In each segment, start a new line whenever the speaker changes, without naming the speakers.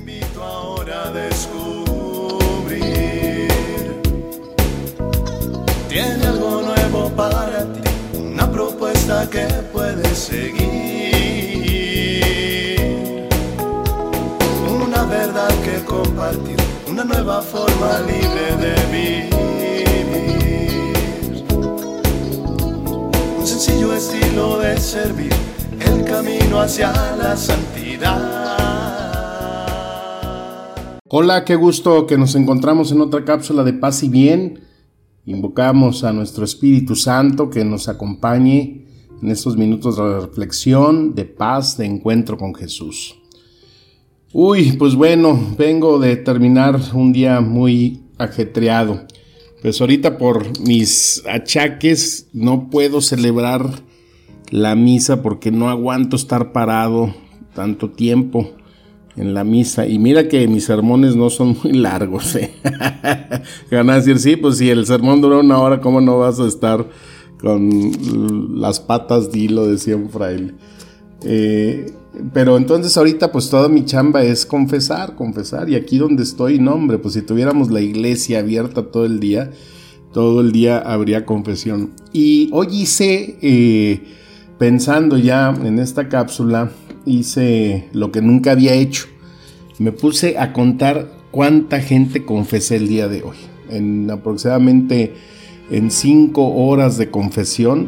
invito ahora a descubrir. Tiene algo nuevo para ti, una propuesta que puedes seguir, una verdad que compartir, una nueva forma libre de vivir, un sencillo estilo de servir, el camino hacia la santidad.
Hola, qué gusto que nos encontramos en otra cápsula de paz y bien. Invocamos a nuestro Espíritu Santo que nos acompañe en estos minutos de reflexión, de paz, de encuentro con Jesús. Pues bueno, vengo de terminar un día muy ajetreado. Pues ahorita por mis achaques no puedo celebrar la misa porque no aguanto estar parado tanto tiempo en la misa. Y mira que mis sermones no son muy largos, Van a decir, sí, pues si el sermón dura 1 hora, ¿cómo no vas a estar con las patas de hilo? Decía un fraile. Pero entonces ahorita pues toda mi chamba es confesar. Y aquí donde estoy, no hombre, pues si tuviéramos la iglesia abierta todo el día habría confesión. Y hoy hice, pensando ya en esta cápsula, hice lo que nunca había hecho. Me puse a contar cuánta gente confesé el día de hoy. En aproximadamente 5 horas de confesión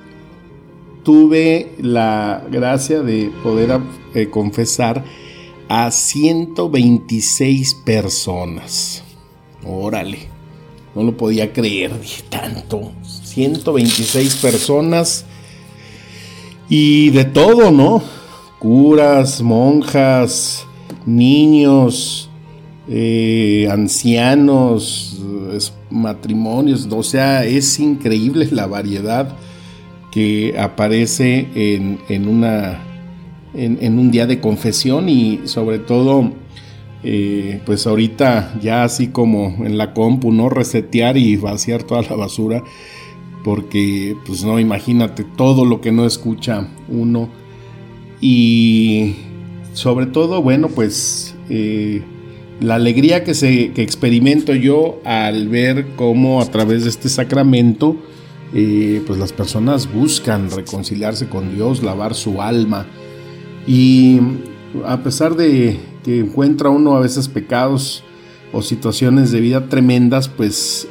tuve la gracia de poder confesar a 126 personas. Órale, no lo podía creer, dije tanto. 126 personas y de todo, ¿no? Curas, monjas, niños, ancianos, matrimonios. O sea, es increíble la variedad que aparece en un día de confesión. Y sobre todo, pues ahorita ya así como en la compu, ¿no? Resetear y vaciar toda la basura, porque pues no, imagínate todo lo que no escucha uno. Y sobre todo, bueno, pues la alegría que experimento yo al ver cómo a través de este sacramento pues las personas buscan reconciliarse con Dios, lavar su alma. Y a pesar de que encuentra uno a veces pecados o situaciones de vida tremendas, pues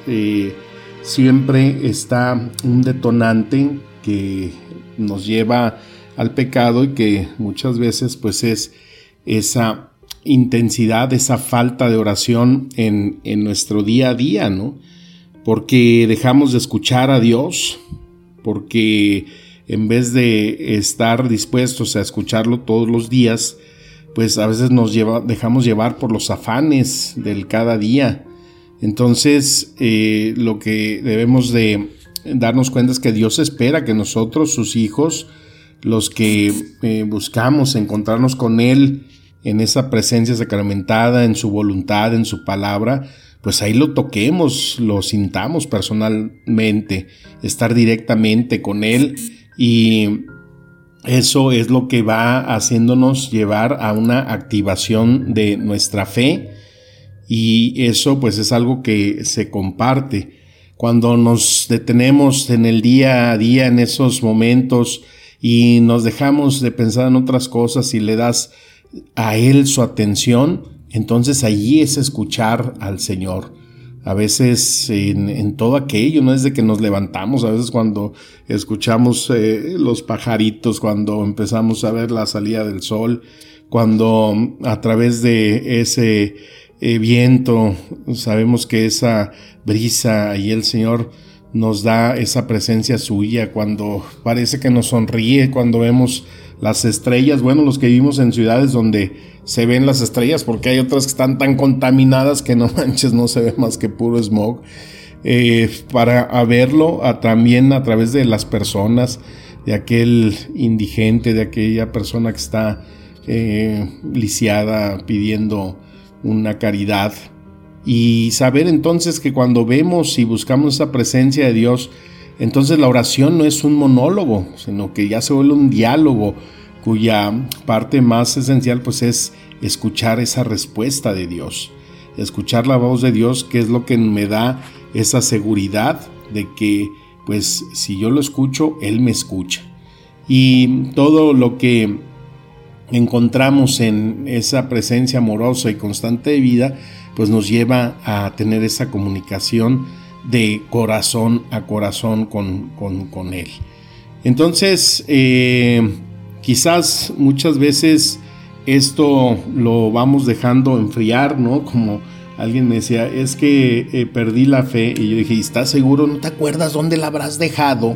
siempre está un detonante que nos lleva al pecado, y que muchas veces pues es esa intensidad, esa falta de oración en nuestro día a día, ¿no? Porque dejamos de escuchar a Dios, porque en vez de estar dispuestos a escucharlo todos los días, pues a veces dejamos llevar por los afanes del cada día. Entonces lo que debemos de darnos cuenta es que Dios espera que nosotros, sus hijos, los que buscamos encontrarnos con Él en esa presencia sacramentada, en su voluntad, en su palabra, pues ahí lo toquemos, lo sintamos personalmente, estar directamente con Él. Y eso es lo que va haciéndonos llevar a una activación de nuestra fe, y eso pues es algo que se comparte. Cuando nos detenemos en el día a día, en esos momentos, y nos dejamos de pensar en otras cosas y le das a Él su atención, entonces allí es escuchar al Señor. A veces en todo aquello, no es de que nos levantamos, a veces cuando escuchamos los pajaritos, cuando empezamos a ver la salida del sol, cuando a través de ese viento sabemos que esa brisa y el Señor nos da esa presencia suya, cuando parece que nos sonríe, cuando vemos las estrellas. Bueno, los que vivimos en ciudades donde se ven las estrellas, porque hay otras que están tan contaminadas que no manches, no se ve más que puro smog. Para verlo también a través de las personas, de aquel indigente, de aquella persona que está lisiada pidiendo una caridad. Y saber entonces que cuando vemos y buscamos esa presencia de Dios, entonces la oración no es un monólogo, sino que ya se vuelve un diálogo, cuya parte más esencial pues es escuchar esa respuesta de Dios, escuchar la voz de Dios, que es lo que me da esa seguridad de que pues si yo lo escucho, Él me escucha. Y todo lo que encontramos en esa presencia amorosa y constante de vida, pues nos lleva a tener esa comunicación de corazón a corazón con Él. Entonces, quizás muchas veces esto lo vamos dejando enfriar, ¿no? Como alguien me decía, es que perdí la fe. Y yo dije, ¿estás seguro? ¿No te acuerdas dónde la habrás dejado?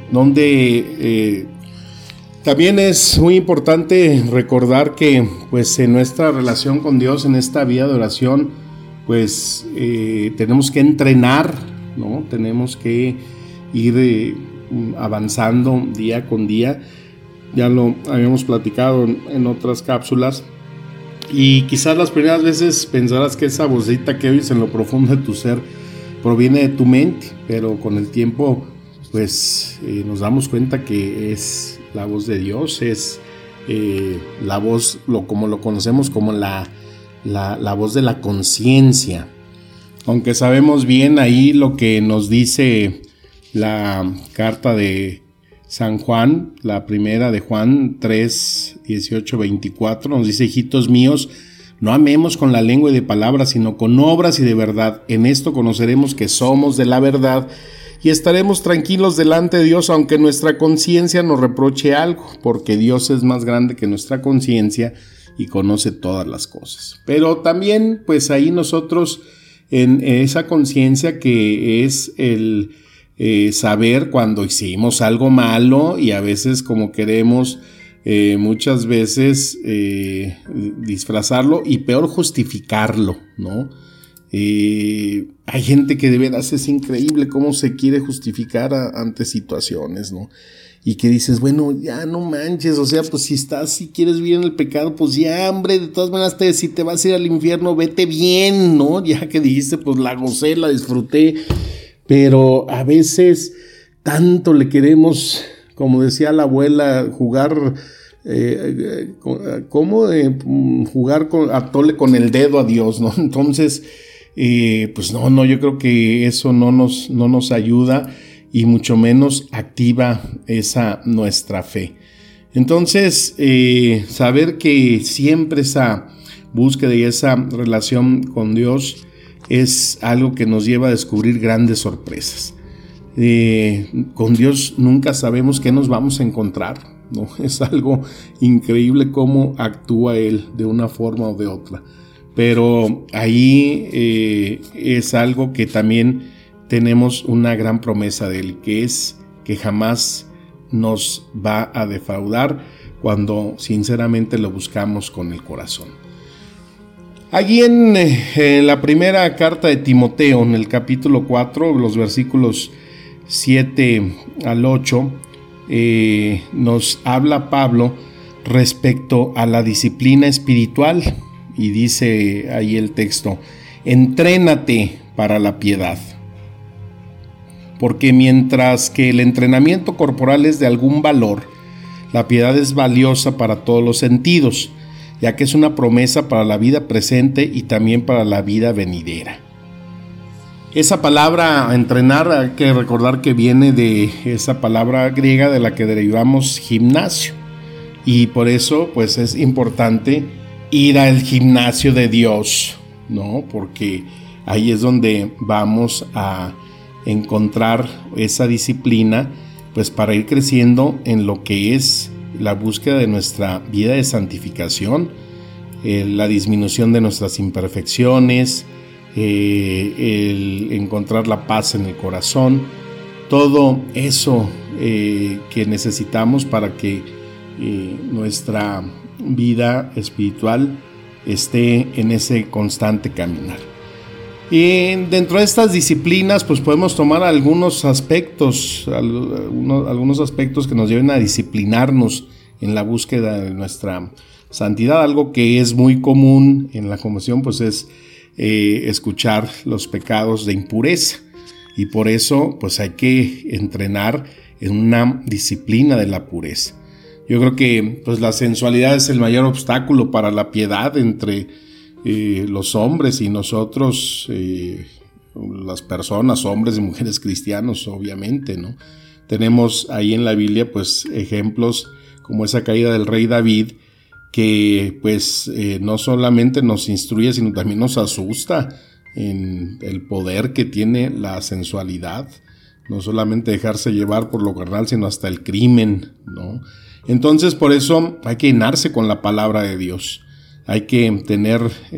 También es muy importante recordar que pues en nuestra relación con Dios, en esta vida de oración, pues tenemos que entrenar, ¿no? Tenemos que ir avanzando día con día. Ya lo habíamos platicado en otras cápsulas. Y quizás las primeras veces pensarás que esa vocecita que oyes en lo profundo de tu ser proviene de tu mente, pero con el tiempo pues nos damos cuenta que es la voz de Dios, es la voz, como lo conocemos como la voz de la conciencia. Aunque sabemos bien ahí lo que nos dice la carta de San Juan, la primera de Juan 3, 18, 24, nos dice: hijitos míos, no amemos con la lengua y de palabras, sino con obras y de verdad. En esto conoceremos que somos de la verdad y estaremos tranquilos delante de Dios, aunque nuestra conciencia nos reproche algo, porque Dios es más grande que nuestra conciencia y conoce todas las cosas. Pero también, pues ahí nosotros, en esa conciencia que es el saber cuando hicimos algo malo, y a veces como queremos muchas veces disfrazarlo y peor justificarlo, ¿no? Hay gente que de veras es increíble cómo se quiere justificar ante situaciones, ¿no? Y que dices, bueno, ya no manches, o sea, pues si quieres vivir en el pecado, pues ya, hombre, de todas maneras, si te vas a ir al infierno, vete bien, ¿no? Ya que dijiste, pues la gocé, la disfruté. Pero a veces tanto le queremos, como decía la abuela, jugar, jugar a tole con el dedo a Dios, ¿no? Entonces, pues no, yo creo que eso no nos ayuda y mucho menos activa esa nuestra fe. Entonces, saber que siempre esa búsqueda y esa relación con Dios es algo que nos lleva a descubrir grandes sorpresas. Con Dios nunca sabemos qué nos vamos a encontrar, ¿no? Es algo increíble cómo actúa Él de una forma o de otra. Pero ahí es algo que también tenemos una gran promesa de Él, que es que jamás nos va a defraudar cuando sinceramente lo buscamos con el corazón. Allí en la primera carta de Timoteo, en el capítulo 4, los versículos 7 al 8, nos habla Pablo respecto a la disciplina espiritual, y dice ahí el texto: entrénate para la piedad, porque mientras que el entrenamiento corporal es de algún valor, la piedad es valiosa para todos los sentidos, ya que es una promesa para la vida presente y también para la vida venidera. Esa palabra entrenar, hay que recordar que viene de esa palabra griega de la que derivamos gimnasio, y por eso pues es importante ir al gimnasio de Dios, ¿no? Porque ahí es donde vamos a encontrar esa disciplina, pues para ir creciendo en lo que es la búsqueda de nuestra vida de santificación, la disminución de nuestras imperfecciones, el encontrar la paz en el corazón, todo eso que necesitamos para que nuestra vida espiritual esté en ese constante caminar. Y dentro de estas disciplinas pues podemos tomar algunos aspectos que nos lleven a disciplinarnos en la búsqueda de nuestra santidad. Algo que es muy común en la conversión pues es escuchar los pecados de impureza, y por eso pues hay que entrenar en una disciplina de la pureza. Yo creo que pues la sensualidad es el mayor obstáculo para la piedad entre los hombres y nosotros, las personas, hombres y mujeres cristianos, obviamente, ¿no? Tenemos ahí en la Biblia pues ejemplos como esa caída del rey David, que pues no solamente nos instruye, sino también nos asusta en el poder que tiene la sensualidad. No solamente dejarse llevar por lo carnal, sino hasta el crimen, ¿no? Entonces, por eso hay que llenarse con la palabra de Dios. Hay que tener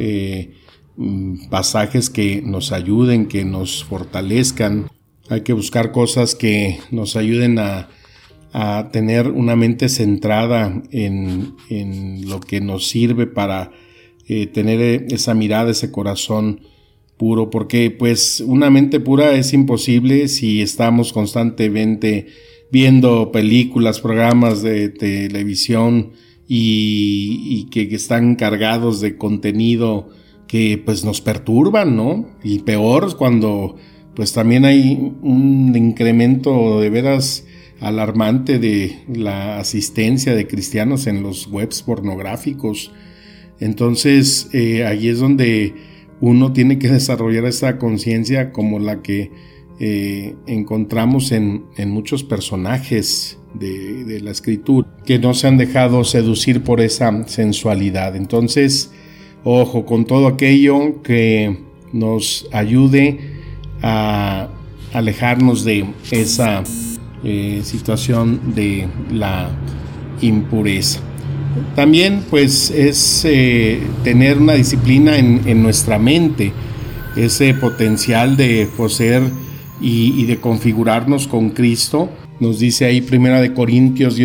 pasajes que nos ayuden, que nos fortalezcan. Hay que buscar cosas que nos ayuden a tener una mente centrada en lo que nos sirve para tener esa mirada, ese corazón puro, porque pues una mente pura es imposible si estamos constantemente viendo películas, programas de televisión y que están cargados de contenido que pues nos perturban, ¿no? Y peor cuando pues también hay un incremento de veras alarmante de la asistencia de cristianos en los webs pornográficos. Entonces ahí es donde uno tiene que desarrollar esa conciencia como la que encontramos en muchos personajes de la escritura, que no se han dejado seducir por esa sensualidad. Entonces, ojo con todo aquello que nos ayude a alejarnos de esa situación de la impureza. También pues es tener una disciplina en nuestra mente, ese potencial de poseer y de configurarnos con Cristo. Nos dice ahí 1 Corintios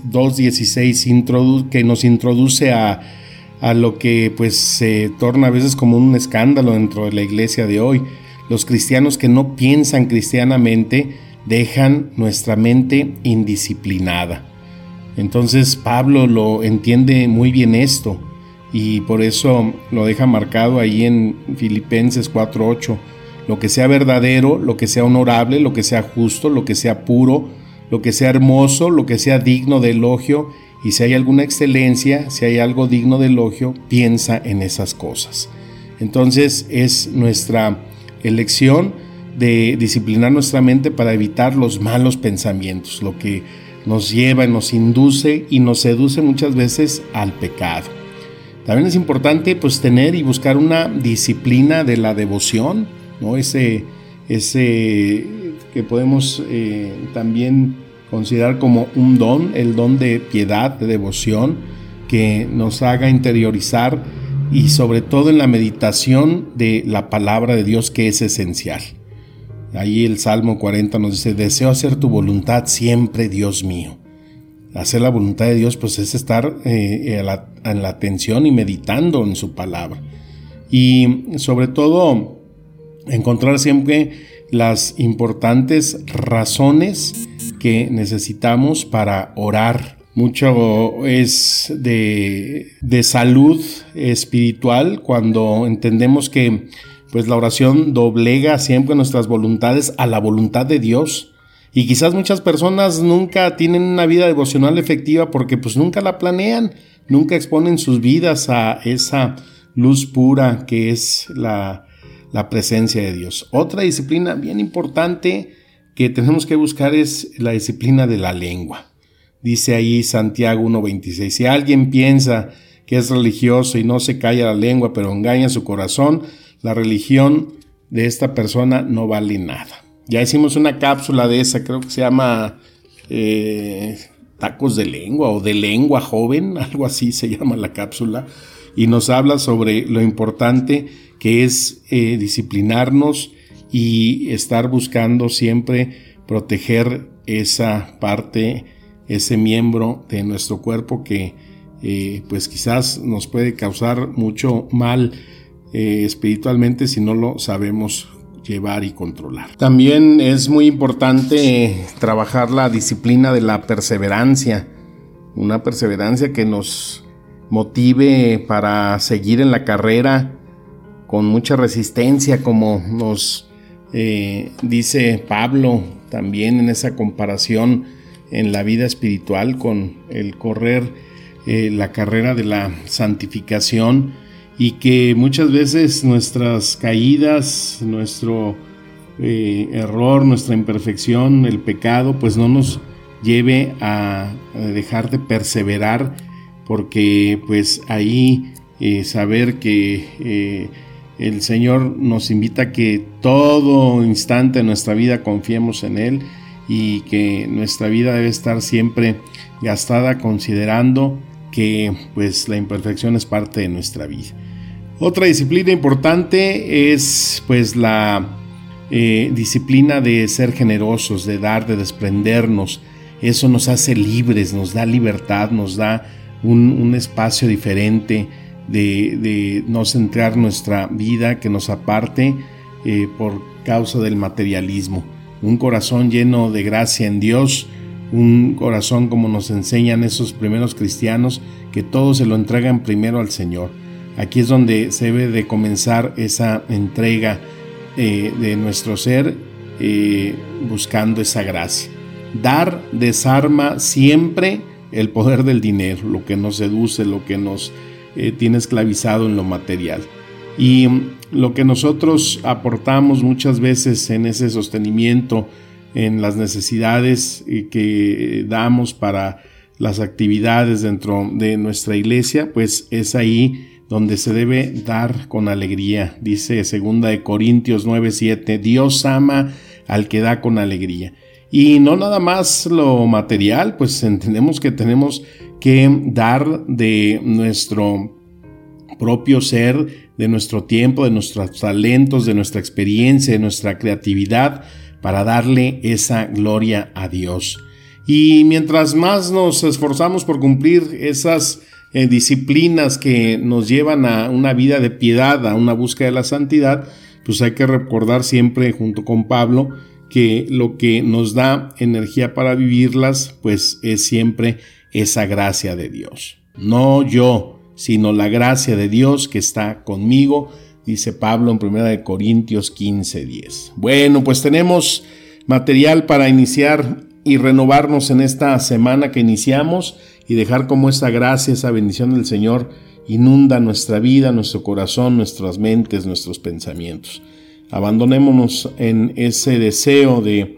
2:16 que nos introduce a lo que pues se torna a veces como un escándalo dentro de la iglesia de hoy. Los cristianos que no piensan cristianamente dejan nuestra mente indisciplinada. Entonces Pablo lo entiende muy bien esto y por eso lo deja marcado ahí en Filipenses 4:8. Lo que sea verdadero, lo que sea honorable, lo que sea justo, lo que sea puro, lo que sea hermoso, lo que sea digno de elogio, y si hay alguna excelencia, si hay algo digno de elogio, piensa en esas cosas. Entonces es nuestra elección de disciplinar nuestra mente para evitar los malos pensamientos, lo que nos lleva, nos induce y nos seduce muchas veces al pecado. También es importante pues tener y buscar una disciplina de la devoción, ¿no? Ese que podemos también considerar como un don, el don de piedad, de devoción, que nos haga interiorizar y sobre todo en la meditación de la palabra de Dios, que es esencial. Ahí el Salmo 40 nos dice: deseo hacer tu voluntad siempre, Dios mío. Hacer la voluntad de Dios pues es estar en la atención y meditando en su palabra. Y sobre todo encontrar siempre las importantes razones que necesitamos para orar. Mucho es de salud espiritual cuando entendemos que pues la oración doblega siempre nuestras voluntades a la voluntad de Dios. Y quizás muchas personas nunca tienen una vida devocional efectiva porque pues nunca la planean, nunca exponen sus vidas a esa luz pura que es la presencia de Dios. Otra disciplina bien importante que tenemos que buscar es la disciplina de la lengua. Dice ahí Santiago 1:26, si alguien piensa que es religioso y no se calla la lengua, pero engaña su corazón, la religión de esta persona no vale nada. Ya hicimos una cápsula de esa, creo que se llama tacos de lengua o de lengua joven, algo así se llama la cápsula, y nos habla sobre lo importante que es disciplinarnos y estar buscando siempre proteger esa parte, ese miembro de nuestro cuerpo que pues quizás nos puede causar mucho mal espiritualmente si no lo sabemos llevar y controlar. También es muy importante trabajar la disciplina de la perseverancia, una perseverancia que nos motive para seguir en la carrera con mucha resistencia, como nos dice Pablo también en esa comparación en la vida espiritual, con el correr la carrera de la santificación, y que muchas veces nuestras caídas, nuestro error, nuestra imperfección, el pecado, pues no nos lleve a dejar de perseverar, porque pues ahí saber que el Señor nos invita a que todo instante de nuestra vida confiemos en Él, y que nuestra vida debe estar siempre gastada considerando que pues la imperfección es parte de nuestra vida. Otra disciplina importante es pues la disciplina de ser generosos, de dar, de desprendernos. Eso nos hace libres, nos da libertad, nos da un espacio diferente de no centrar nuestra vida, que nos aparte por causa del materialismo. Un corazón lleno de gracia en Dios, un corazón como nos enseñan esos primeros cristianos, que todo se lo entregan primero al Señor. Aquí es donde se debe de comenzar esa entrega de nuestro ser, buscando esa gracia. Dar desarma siempre el poder del dinero, lo que nos seduce, lo que nos tiene esclavizado en lo material. Y lo que nosotros aportamos muchas veces en ese sostenimiento, en las necesidades que damos para las actividades dentro de nuestra iglesia, pues es ahí donde se debe dar con alegría. Dice 2 Corintios 9:7, Dios ama al que da con alegría. Y no nada más lo material, pues entendemos que tenemos que dar de nuestro propio ser, de nuestro tiempo, de nuestros talentos, de nuestra experiencia, de nuestra creatividad, para darle esa gloria a Dios. Y mientras más nos esforzamos por cumplir esas disciplinas que nos llevan a una vida de piedad, a una búsqueda de la santidad, pues hay que recordar siempre, junto con Pablo, que lo que nos da energía para vivirlas, pues es siempre esa gracia de Dios. No yo, sino la gracia de Dios que está conmigo, dice Pablo en 1 Corintios 15:10. Bueno, pues tenemos material para iniciar y renovarnos en esta semana que iniciamos, y dejar como esa gracia, esa bendición del Señor inunda nuestra vida, nuestro corazón, nuestras mentes, nuestros pensamientos. Abandonémonos en ese deseo de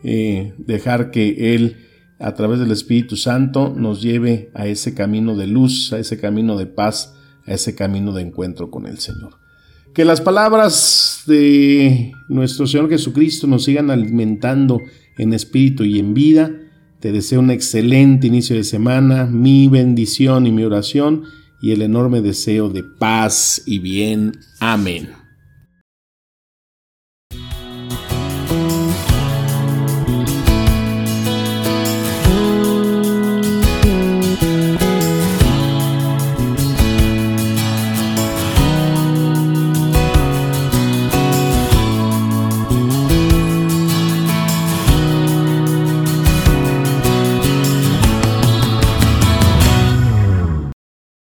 dejar que Él, a través del Espíritu Santo, nos lleve a ese camino de luz, a ese camino de paz, a ese camino de encuentro con el Señor. Que las palabras de nuestro Señor Jesucristo nos sigan alimentando en espíritu y en vida. Te deseo un excelente inicio de semana, mi bendición y mi oración, y el enorme deseo de paz y bien. Amén.